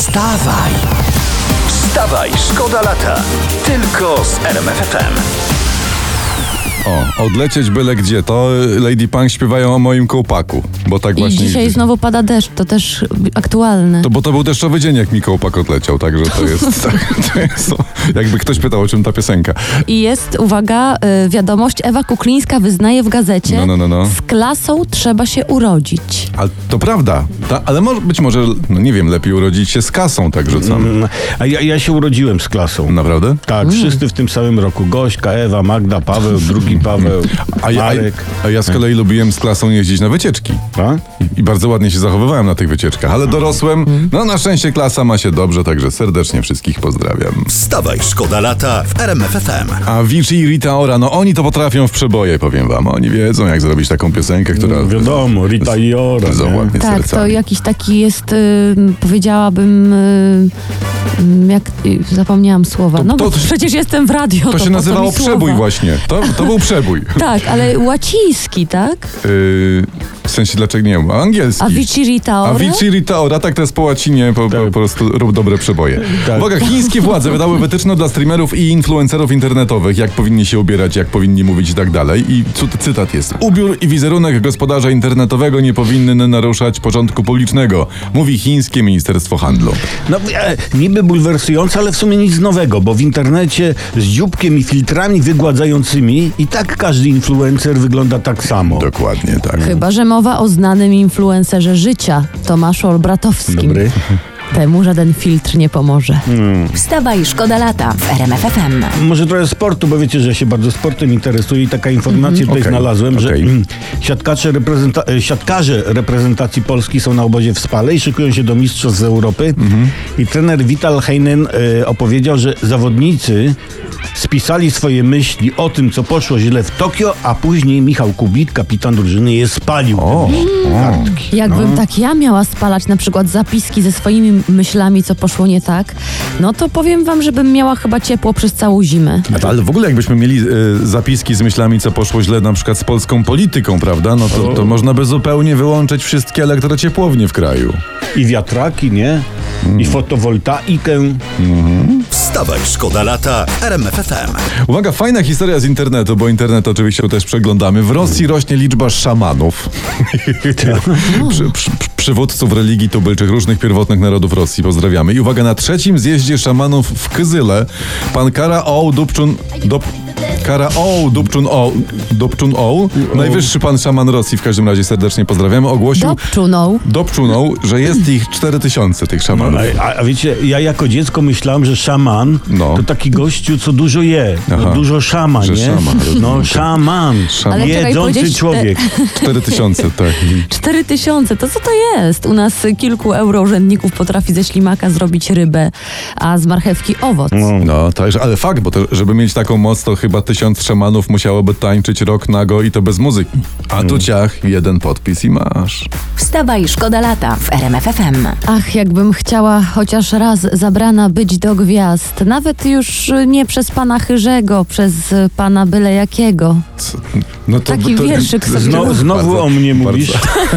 Wstawaj! Wstawaj, szkoda lata. Tylko z RMF FM. O, odlecieć byle gdzie. To Lady Punk śpiewają o moim kołpaku. Bo tak I właśnie. dzisiaj znowu pada deszcz, to też aktualne. Bo to był deszczowy dzień, jak mi kołpak odleciał, także to jest, jakby ktoś pytał, o czym ta piosenka. I jest, uwaga, wiadomość, Ewa Kuklińska wyznaje w gazecie, No. z klasą trzeba się urodzić. Ale to prawda, ale być może, no nie wiem, lepiej urodzić się z kasą, tak rzucam. A ja się urodziłem z klasą. Naprawdę? Tak, wszyscy w tym samym roku. Gośka, Ewa, Magda, Paweł, drugi Paweł, Marek. A ja z kolei lubiłem z klasą jeździć na wycieczki. A? I bardzo ładnie się zachowywałem na tych wycieczkach, ale dorosłem, no na szczęście klasa ma się dobrze, także serdecznie wszystkich pozdrawiam. Wstawaj, szkoda lata w RMF FM. A Vici i Rita Ora, no oni to potrafią w przeboje, powiem wam. Oni wiedzą, jak zrobić taką piosenkę, która... Wiadomo, Rita i Ora. Ładnie Tak, sercami. to jakiś taki jest, powiedziałabym, zapomniałam słowa. No bo przecież jestem w radio. To po się co nazywało mi przebój słowa? właśnie. To był przebój. Tak, ale łaciński, tak? W sensie, dlaczego nie wiem, angielski. A Vici Rita Ora? A Vici Rita Ora, tak to jest po łacinie, po prostu rób dobre przeboje. Tak. Uwaga, chińskie władze wydały wytyczne dla streamerów i influencerów internetowych, jak powinni się ubierać, jak powinni mówić i tak dalej. I cytat jest: ubiór i wizerunek gospodarza internetowego nie powinny naruszać porządku publicznego, mówi chińskie Ministerstwo Handlu. No, niby bulwersujące, ale w sumie nic nowego, bo w internecie z dzióbkiem i filtrami wygładzającymi i tak każdy influencer wygląda tak samo. Dokładnie tak. Chyba że mowa o znanym influencerze życia, Tomaszu Olbratowskim. Dobry. Temu żaden filtr nie pomoże. Wstawaj, szkoda lata w RMF FM. Może trochę sportu, bo wiecie, że ja się bardzo sportem interesuję i taka informacja tutaj Okej, znalazłem, że okej. siatkarze reprezentacji Polski są na obozie w Spale i szykują się do Mistrzostw Europy. I trener Vital Heinen opowiedział, że zawodnicy spisali swoje myśli o tym, co poszło źle w Tokio, a później Michał Kubik, kapitan drużyny, je spalił. Kartki. Jakbym tak ja miała spalać na przykład zapiski ze swoimi myślami, co poszło nie tak, no to powiem wam, żebym miała chyba ciepło przez całą zimę. Ale w ogóle jakbyśmy mieli zapiski z myślami, co poszło źle na przykład z polską polityką, prawda? No to można by zupełnie wyłączyć wszystkie elektrociepłownie w kraju. I wiatraki, nie? I fotowoltaikę. Wstawaj, szkoda lata w RMF FM. Uwaga, fajna historia z internetu, bo internet oczywiście też przeglądamy. W Rosji rośnie liczba szamanów. Przywódców religii tubylczych różnych pierwotnych narodów Rosji. Pozdrawiamy. I uwaga, na 3. zjeździe szamanów w Kyzyle pan Karaol Dobczun-Oł, najwyższy pan szaman Rosji, w każdym razie serdecznie pozdrawiamy, ogłosił Dobczunął, że jest ich 4000 tych szamanów. A wiecie, ja jako dziecko myślałem, że szaman to taki gościu, co dużo je. No, dużo szama, że nie? szaman, No, szaman. Ale czekaj, Jedzący powiedzieć, człowiek. 4000, tak. 4000, to co to jest? U nas kilku eurourzędników potrafi ze ślimaka zrobić rybę, a z marchewki owoc. No, także, ale fakt, bo to, żeby mieć taką moc, to chyba 1000 szamanów musiałoby tańczyć rok nago i to bez muzyki. A tu ciach, jeden podpis i masz. Wstawaj, szkoda lata w RMF FM. Ach, jakbym chciała chociaż raz zabrana być do gwiazd. Nawet już nie przez pana Chyrzego, przez pana byle jakiego. No to, Taki wierszyk sobie. Znowu Bardzo, o mnie mówisz.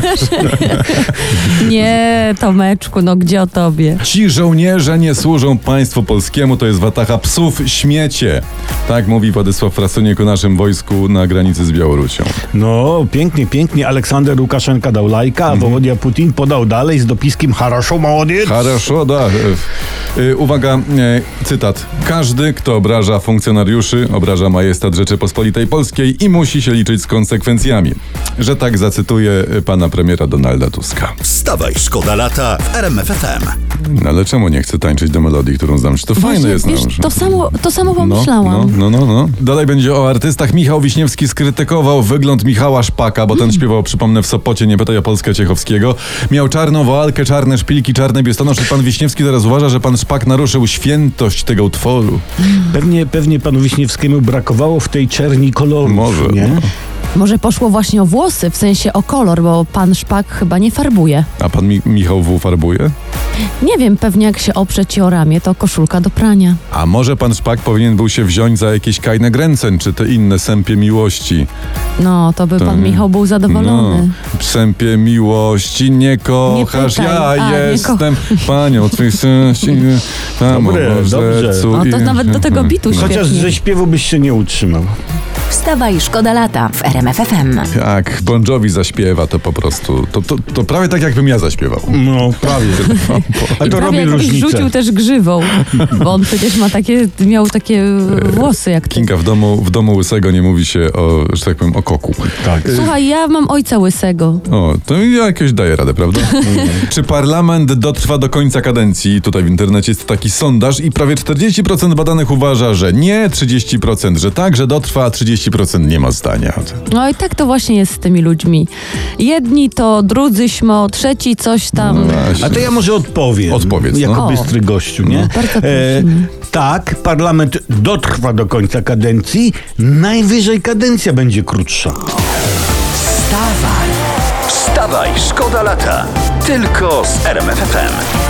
Nie, Tomeczku, no gdzie o tobie? Ci żołnierze nie służą państwu polskiemu, to jest watacha psów śmiecie. Tak mówi Władysław Frasyniuk o naszym wojsku na granicy z Białorusią. No, pięknie, pięknie. Aleksander Łukaszenka dał lajka, a Wołodia Putin podał dalej z dopiskiem Haraszo, молодец. Хорошо, da. Uwaga, cytat. Każdy, kto obraża funkcjonariuszy, obraża majestat Rzeczypospolitej Polskiej i musi się liczyć z konsekwencjami. Że tak zacytuję pana premiera Donalda Tuska. Wstawaj, szkoda lata w RMF FM. No, ale czemu nie chcę tańczyć do melodii, którą znam? To fajne Właśnie, jest. wiesz, No, to samo pomyślałam. No. Dalej będzie o artystach. Michał Wiśniewski skrytykował wygląd Michała Szpaka, bo ten śpiewał, przypomnę, w Sopocie, nie pytaj o Polskę Ciechowskiego. Miał czarną woalkę, czarne szpilki, czarny biustonosz i pan Wiśniewski teraz uważa, że pan Szpak naruszył świętość tego utworu. Pewnie panu Wiśniewskiemu brakowało w tej czerni koloru. Może. Nie? No. Może poszło właśnie o włosy, w sensie o kolor, bo pan Szpak chyba nie farbuje. A pan Michał W. farbuje? Nie wiem, pewnie jak się oprze ci o ramię, to koszulka do prania. A może pan Szpak powinien był się wziąć za jakieś Kajne Gręcen, czy te inne sępie miłości? No, to by pan Michał był zadowolony. Sępie miłości nie kochasz, Nie pytaj. ja Nie jestem panią twych sęści. Dobrze. No, to nawet do tego bitu Chociaż świetnie. ze śpiewu byś się nie utrzymał. Wstawaj, szkoda lata w RMF FM. Jak Bon Jovi zaśpiewa, to po prostu, to prawie tak jakbym ja zaśpiewał. No, prawie. A I to prawie robi jakbyś różnicę. rzucił też grzywą, bo on przecież miał takie włosy jak ty. Kinga, w domu łysego nie mówi się o, że tak powiem, o koku. Tak. Słuchaj, ja mam ojca łysego. O, to ja jakoś daję radę, prawda? Czy parlament dotrwa do końca kadencji? Tutaj w internecie jest taki sondaż i prawie 40% badanych uważa, że nie, 30%, że tak, że dotrwa, a 30% nie ma zdania. No i tak to właśnie jest z tymi ludźmi. Jedni to drudzy śmo, trzeci coś tam. Właśnie. A to ja może odpowiem. Odpowiedz, Jako no. bystry gościu, nie? Bardzo prosimy. Tak, parlament dotrwa do końca kadencji, najwyżej kadencja będzie krótsza. Wstawaj, szkoda lata. Tylko z RMF FM.